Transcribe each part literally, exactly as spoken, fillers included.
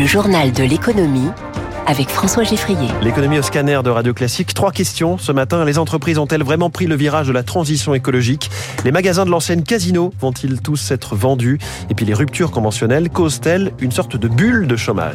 journal de l'économie avec François Geffrier. L'économie au scanner de Radio Classique. Trois questions ce matin. Les entreprises ont-elles vraiment pris le virage de la transition écologique ? Les magasins de l'enseigne Casino vont-ils tous être vendus ? Et puis les ruptures conventionnelles causent-elles une sorte de bulle de chômage ?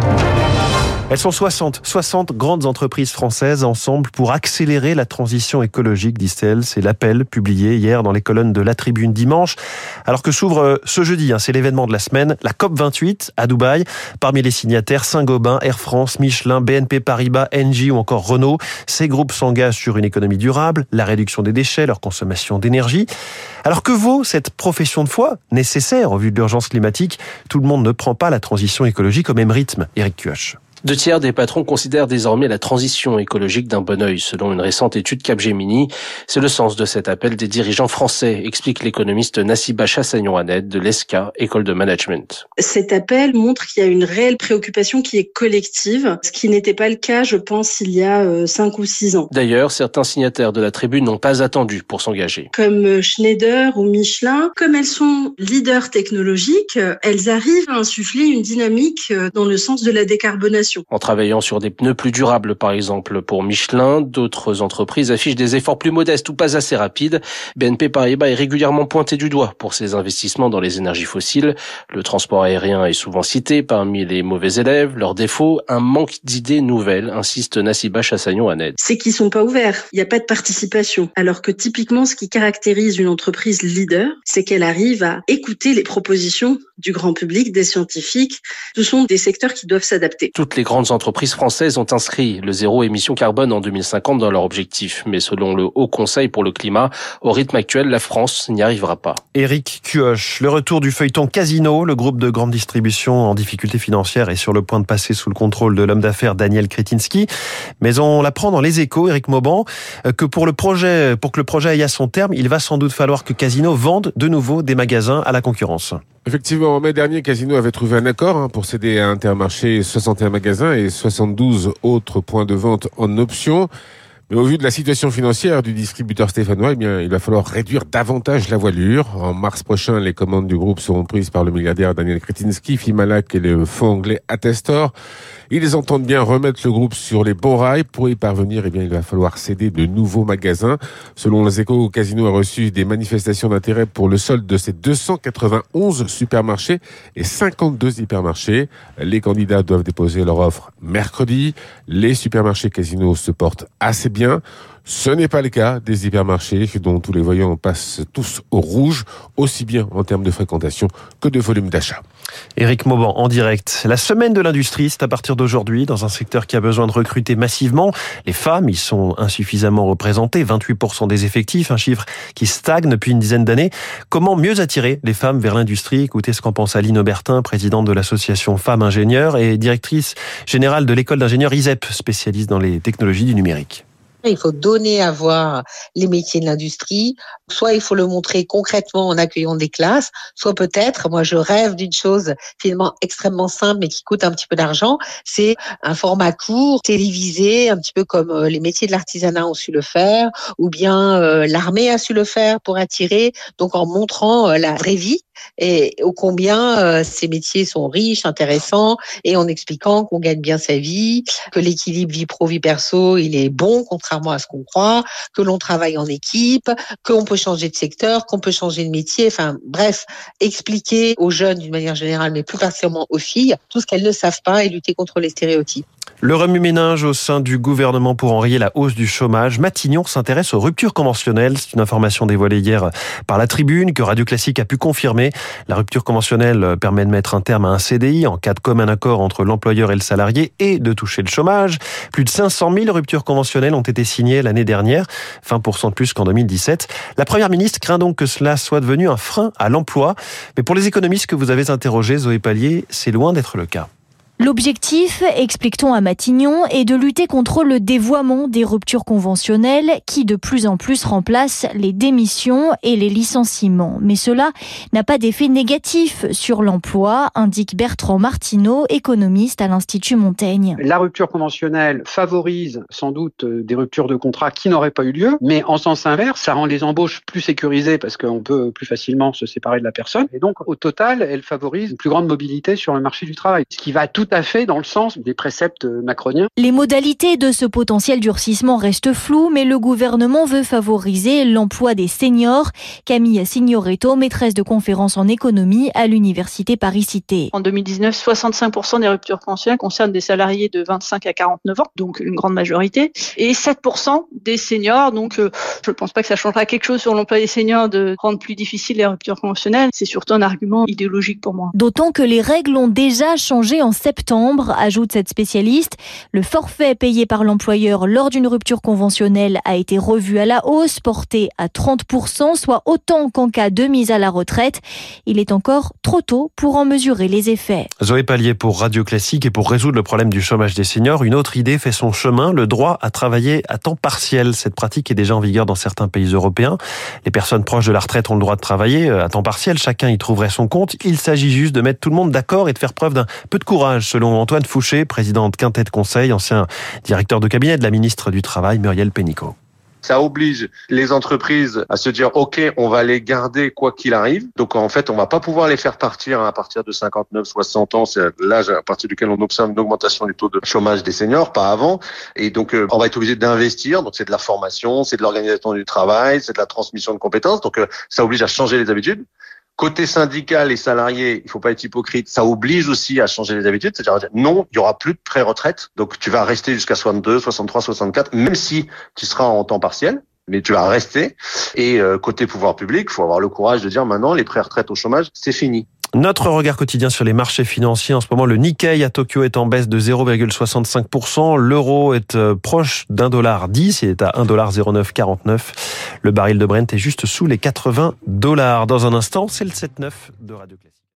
Elles sont soixante, soixante grandes entreprises françaises ensemble pour accélérer la transition écologique, disent-elles. C'est l'appel publié hier dans les colonnes de La Tribune dimanche. Alors que s'ouvre ce jeudi, hein, c'est l'événement de la semaine, la COP vingt-huit à Dubaï. Parmi les signataires, Saint-Gobain, Air France, Michelin, B N P Paribas, Engie ou encore Renault. Ces groupes s'engagent sur une économie durable, la réduction des déchets, leur consommation d'énergie. Alors que vaut cette profession de foi nécessaire au vu de l'urgence climatique ? Tout le monde ne prend pas la transition écologique au même rythme. Éric Kioch. Deux tiers des patrons considèrent désormais la transition écologique d'un bon œil, selon une récente étude Capgemini. C'est le sens de cet appel des dirigeants français, explique l'économiste Nassiba Chassagnon-Annette de l'E S C A, école de management. Cet appel montre qu'il y a une réelle préoccupation qui est collective, ce qui n'était pas le cas, je pense, il y a euh, cinq ou six ans. D'ailleurs, certains signataires de la tribune n'ont pas attendu pour s'engager. Comme Schneider ou Michelin, comme elles sont leaders technologiques, elles arrivent à insuffler une dynamique dans le sens de la décarbonation. En travaillant sur des pneus plus durables, par exemple, pour Michelin, d'autres entreprises affichent des efforts plus modestes ou pas assez rapides. B N P Paribas est régulièrement pointé du doigt pour ses investissements dans les énergies fossiles. Le transport aérien est souvent cité parmi les mauvais élèves. Leur défaut, un manque d'idées nouvelles, insiste Nassiba Chassagnon-Annette. C'est qu'ils sont pas ouverts. Il n'y a pas de participation. Alors que typiquement, ce qui caractérise une entreprise leader, c'est qu'elle arrive à écouter les propositions du grand public, des scientifiques. Ce sont des secteurs qui doivent s'adapter. Toutes les grandes entreprises françaises ont inscrit le zéro émission carbone en deux mille cinquante dans leur objectif. Mais selon le Haut Conseil pour le climat, au rythme actuel, la France n'y arrivera pas. Éric Kioch, le retour du feuilleton Casino, le groupe de grande distribution en difficulté financière est sur le point de passer sous le contrôle de l'homme d'affaires Daniel Kretinsky. Mais on l'apprend dans Les Échos, Éric Mauban, que pour le projet, pour que le projet aille à son terme, il va sans doute falloir que Casino vende de nouveau des magasins à la concurrence. Effectivement, en mai dernier, Casino avait trouvé un accord hein, pour céder à Intermarché soixante et un magasins et soixante-douze autres points de vente en option. Mais au vu de la situation financière du distributeur stéphanois, eh bien, il va falloir réduire davantage la voilure. En mars prochain, les commandes du groupe seront prises par le milliardaire Daniel Kretinsky, Fimalac et le fonds anglais Attestor. Ils entendent bien remettre le groupe sur les bons rails. Pour y parvenir, eh bien, il va falloir céder de nouveaux magasins. Selon les Échos, Casino a reçu des manifestations d'intérêt pour le solde de ses deux cent quatre-vingt-onze supermarchés et cinquante-deux hypermarchés. Les candidats doivent déposer leur offre mercredi. Les supermarchés Casino se portent assez bien. Ce n'est pas le cas des hypermarchés dont tous les voyants passent tous au rouge, aussi bien en termes de fréquentation que de volume d'achat. Éric Mauban en direct. La semaine de l'industrie, c'est à partir d'aujourd'hui dans un secteur qui a besoin de recruter massivement. Les femmes y sont insuffisamment représentées, vingt-huit pour cent des effectifs, un chiffre qui stagne depuis une dizaine d'années. Comment mieux attirer les femmes vers l'industrie ? Écoutez ce qu'en pense Aline Aubertin, présidente de l'association Femmes Ingénieurs et directrice générale de l'école d'ingénieurs I S E P, spécialiste dans les technologies du numérique. Il faut donner à voir les métiers de l'industrie. Soit il faut le montrer concrètement en accueillant des classes, soit peut-être, moi je rêve d'une chose finalement extrêmement simple mais qui coûte un petit peu d'argent, c'est un format court, télévisé, un petit peu comme les métiers de l'artisanat ont su le faire, ou bien euh, l'armée a su le faire pour attirer, donc en montrant euh, la vraie vie et ô combien euh, ces métiers sont riches, intéressants, et en expliquant qu'on gagne bien sa vie, que l'équilibre vie pro, vie perso, il est bon, contrairement à ce qu'on croit, que l'on travaille en équipe, qu'on peut changer de secteur, qu'on peut changer de métier, enfin bref, expliquer aux jeunes d'une manière générale, mais plus particulièrement aux filles, tout ce qu'elles ne savent pas et lutter contre les stéréotypes. Le remue-ménage au sein du gouvernement pour enrayer la hausse du chômage. Matignon s'intéresse aux ruptures conventionnelles. C'est une information dévoilée hier par La Tribune que Radio Classique a pu confirmer. La rupture conventionnelle permet de mettre un terme à un C D I en cas de commun accord entre l'employeur et le salarié et de toucher le chômage. Plus de cinq cent mille ruptures conventionnelles ont été signées l'année dernière, vingt pour cent de plus qu'en deux mille dix-sept. La Première ministre craint donc que cela soit devenu un frein à l'emploi. Mais pour les économistes que vous avez interrogés, Zoé Pallier, c'est loin d'être le cas. L'objectif, explique-t-on à Matignon, est de lutter contre le dévoiement des ruptures conventionnelles qui de plus en plus remplacent les démissions et les licenciements. Mais cela n'a pas d'effet négatif sur l'emploi, indique Bertrand Martineau, économiste à l'Institut Montaigne. La rupture conventionnelle favorise sans doute des ruptures de contrat qui n'auraient pas eu lieu, mais en sens inverse, ça rend les embauches plus sécurisées parce qu'on peut plus facilement se séparer de la personne. Et donc, au total, elle favorise une plus grande mobilité sur le marché du travail, ce qui va tout à fait dans le sens des préceptes macroniens. Les modalités de ce potentiel durcissement restent floues, mais le gouvernement veut favoriser l'emploi des seniors. Camille Signoretto, maîtresse de conférences en économie à l'université Paris-Cité. En deux mille dix-neuf, soixante-cinq pour cent des ruptures conventionnelles concernent des salariés de vingt-cinq à quarante-neuf ans, donc une grande majorité, et sept pour cent des seniors. Donc euh, je ne pense pas que ça changera quelque chose sur l'emploi des seniors de rendre plus difficile les ruptures conventionnelles. C'est surtout un argument idéologique pour moi. D'autant que les règles ont déjà changé en septembre, ajoute cette spécialiste. Le forfait payé par l'employeur lors d'une rupture conventionnelle a été revu à la hausse, porté à trente pour cent, soit autant qu'en cas de mise à la retraite. Il est encore trop tôt pour en mesurer les effets. Zoé Pallier pour Radio Classique. Et pour résoudre le problème du chômage des seniors, une autre idée fait son chemin, le droit à travailler à temps partiel. Cette pratique est déjà en vigueur dans certains pays européens. Les personnes proches de la retraite ont le droit de travailler à temps partiel. Chacun y trouverait son compte. Il s'agit juste de mettre tout le monde d'accord et de faire preuve d'un peu de courage, selon Antoine Fouché, président de Quintet de Conseil, ancien directeur de cabinet de la ministre du Travail, Muriel Pénicaud. Ça oblige les entreprises à se dire « Ok, on va les garder quoi qu'il arrive ». Donc en fait, on va pas pouvoir les faire partir à partir de cinquante-neuf, soixante ans. C'est l'âge à partir duquel on observe une augmentation du taux de chômage des seniors, pas avant. Et donc euh, on va être obligé d'investir. Donc c'est de la formation, c'est de l'organisation du travail, c'est de la transmission de compétences. Donc euh, ça oblige à changer les habitudes. Côté syndical et salarié, il faut pas être hypocrite, ça oblige aussi à changer les habitudes. C'est-à-dire, non, il y aura plus de pré-retraite. Donc, tu vas rester jusqu'à soixante-deux, soixante-trois, soixante-quatre, même si tu seras en temps partiel, mais tu vas rester. Et euh, côté pouvoir public, il faut avoir le courage de dire maintenant, les pré-retraites au chômage, c'est fini. Notre regard quotidien sur les marchés financiers. En ce moment, le Nikkei à Tokyo est en baisse de zéro virgule soixante-cinq pour cent. L'euro est proche d'un dollar dix. Il est à un dollar zéro neuf quarante-neuf. Le baril de Brent est juste sous les quatre-vingts dollars. Dans un instant, c'est le sept neuf de Radio Classique.